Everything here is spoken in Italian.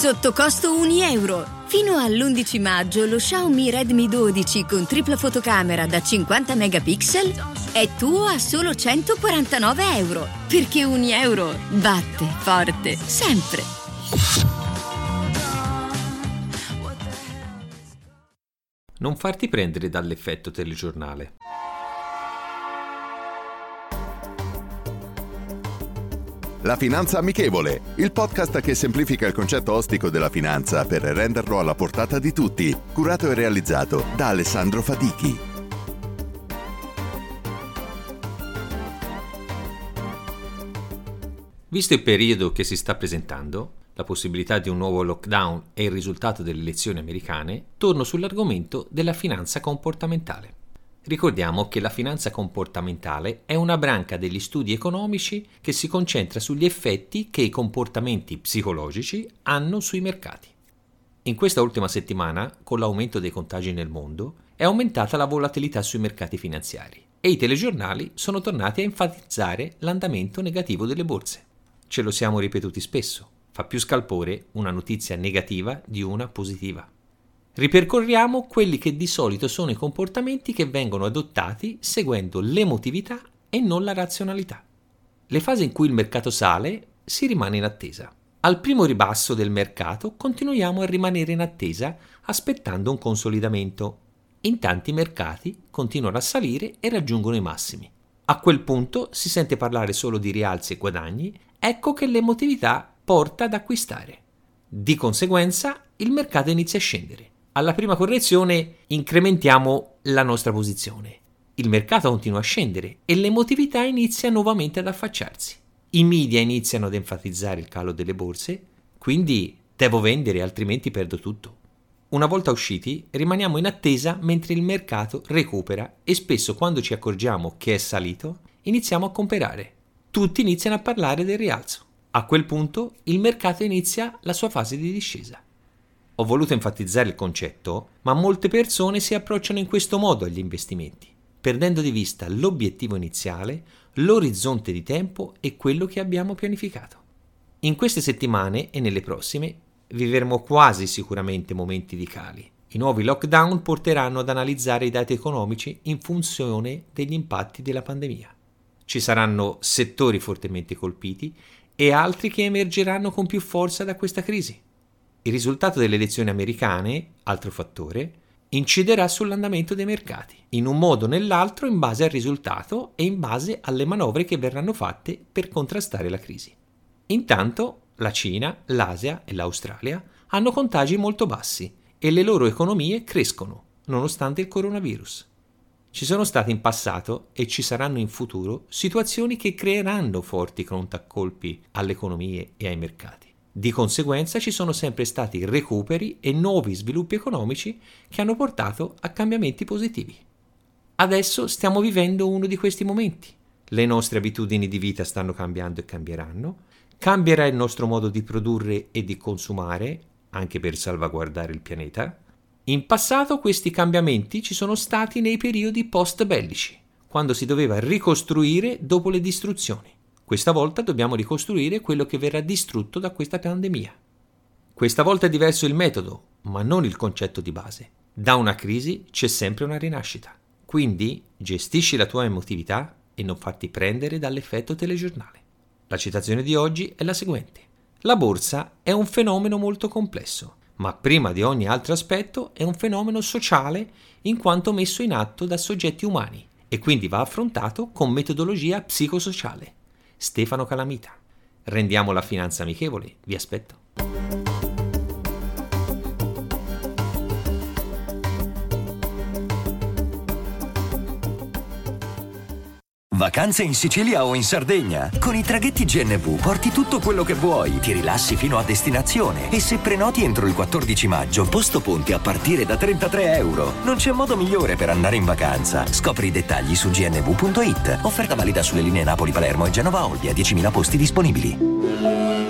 Sotto costo €1. Fino all'11 maggio lo Xiaomi Redmi 12 con tripla fotocamera da 50 megapixel è tuo a solo €149. Perché €1 batte forte sempre. Non farti prendere dall'effetto telegiornale. La Finanza Amichevole, il podcast che semplifica il concetto ostico della finanza per renderlo alla portata di tutti, curato e realizzato da Alessandro Fatichi. Visto il periodo che si sta presentando, la possibilità di un nuovo lockdown e il risultato delle elezioni americane, torno sull'argomento della finanza comportamentale. Ricordiamo che la finanza comportamentale è una branca degli studi economici che si concentra sugli effetti che i comportamenti psicologici hanno sui mercati. In questa ultima settimana, con l'aumento dei contagi nel mondo, è aumentata la volatilità sui mercati finanziari e i telegiornali sono tornati a enfatizzare l'andamento negativo delle borse. Ce lo siamo ripetuti spesso, fa più scalpore una notizia negativa di una positiva. Ripercorriamo quelli che di solito sono i comportamenti che vengono adottati seguendo l'emotività e non la razionalità. Le fasi in cui il mercato sale si rimane in attesa. Al primo ribasso del mercato continuiamo a rimanere in attesa aspettando un consolidamento. In tanti mercati continuano a salire e raggiungono i massimi. A quel punto si sente parlare solo di rialzi e guadagni, ecco che l'emotività porta ad acquistare. Di conseguenza il mercato inizia a scendere. Alla prima correzione incrementiamo la nostra posizione. Il mercato continua a scendere e l'emotività inizia nuovamente ad affacciarsi. I media iniziano ad enfatizzare il calo delle borse, quindi devo vendere altrimenti perdo tutto. Una volta usciti rimaniamo in attesa mentre il mercato recupera e spesso quando ci accorgiamo che è salito iniziamo a comprare. Tutti iniziano a parlare del rialzo. A quel punto il mercato inizia la sua fase di discesa. Ho voluto enfatizzare il concetto, ma molte persone si approcciano in questo modo agli investimenti, perdendo di vista l'obiettivo iniziale, l'orizzonte di tempo e quello che abbiamo pianificato. In queste settimane e nelle prossime vivremo quasi sicuramente momenti di cali. I nuovi lockdown porteranno ad analizzare i dati economici in funzione degli impatti della pandemia. Ci saranno settori fortemente colpiti e altri che emergeranno con più forza da questa crisi. Il risultato delle elezioni americane, altro fattore, inciderà sull'andamento dei mercati, in un modo o nell'altro in base al risultato e in base alle manovre che verranno fatte per contrastare la crisi. Intanto la Cina, l'Asia e l'Australia hanno contagi molto bassi e le loro economie crescono, nonostante il coronavirus. Ci sono state in passato e ci saranno in futuro situazioni che creeranno forti contraccolpi alle economie e ai mercati. Di conseguenza ci sono sempre stati recuperi e nuovi sviluppi economici che hanno portato a cambiamenti positivi. Adesso stiamo vivendo uno di questi momenti. Le nostre abitudini di vita stanno cambiando e cambieranno. Cambierà il nostro modo di produrre e di consumare, anche per salvaguardare il pianeta. In passato questi cambiamenti ci sono stati nei periodi post-bellici, quando si doveva ricostruire dopo le distruzioni. Questa volta dobbiamo ricostruire quello che verrà distrutto da questa pandemia. Questa volta è diverso il metodo, ma non il concetto di base. Da una crisi c'è sempre una rinascita. Quindi gestisci la tua emotività e non farti prendere dall'effetto telegiornale. La citazione di oggi è la seguente. La borsa è un fenomeno molto complesso, ma prima di ogni altro aspetto è un fenomeno sociale in quanto messo in atto da soggetti umani e quindi va affrontato con metodologia psicosociale. Stefano Calamita. Rendiamo la finanza amichevole, vi aspetto. Vacanze in Sicilia o in Sardegna? Con i traghetti GNV porti tutto quello che vuoi, ti rilassi fino a destinazione e se prenoti entro il 14 maggio, posto ponti a partire da €33. Non c'è modo migliore per andare in vacanza. Scopri i dettagli su gnv.it. Offerta valida sulle linee Napoli-Palermo e Genova-Olbia, 10.000 posti disponibili.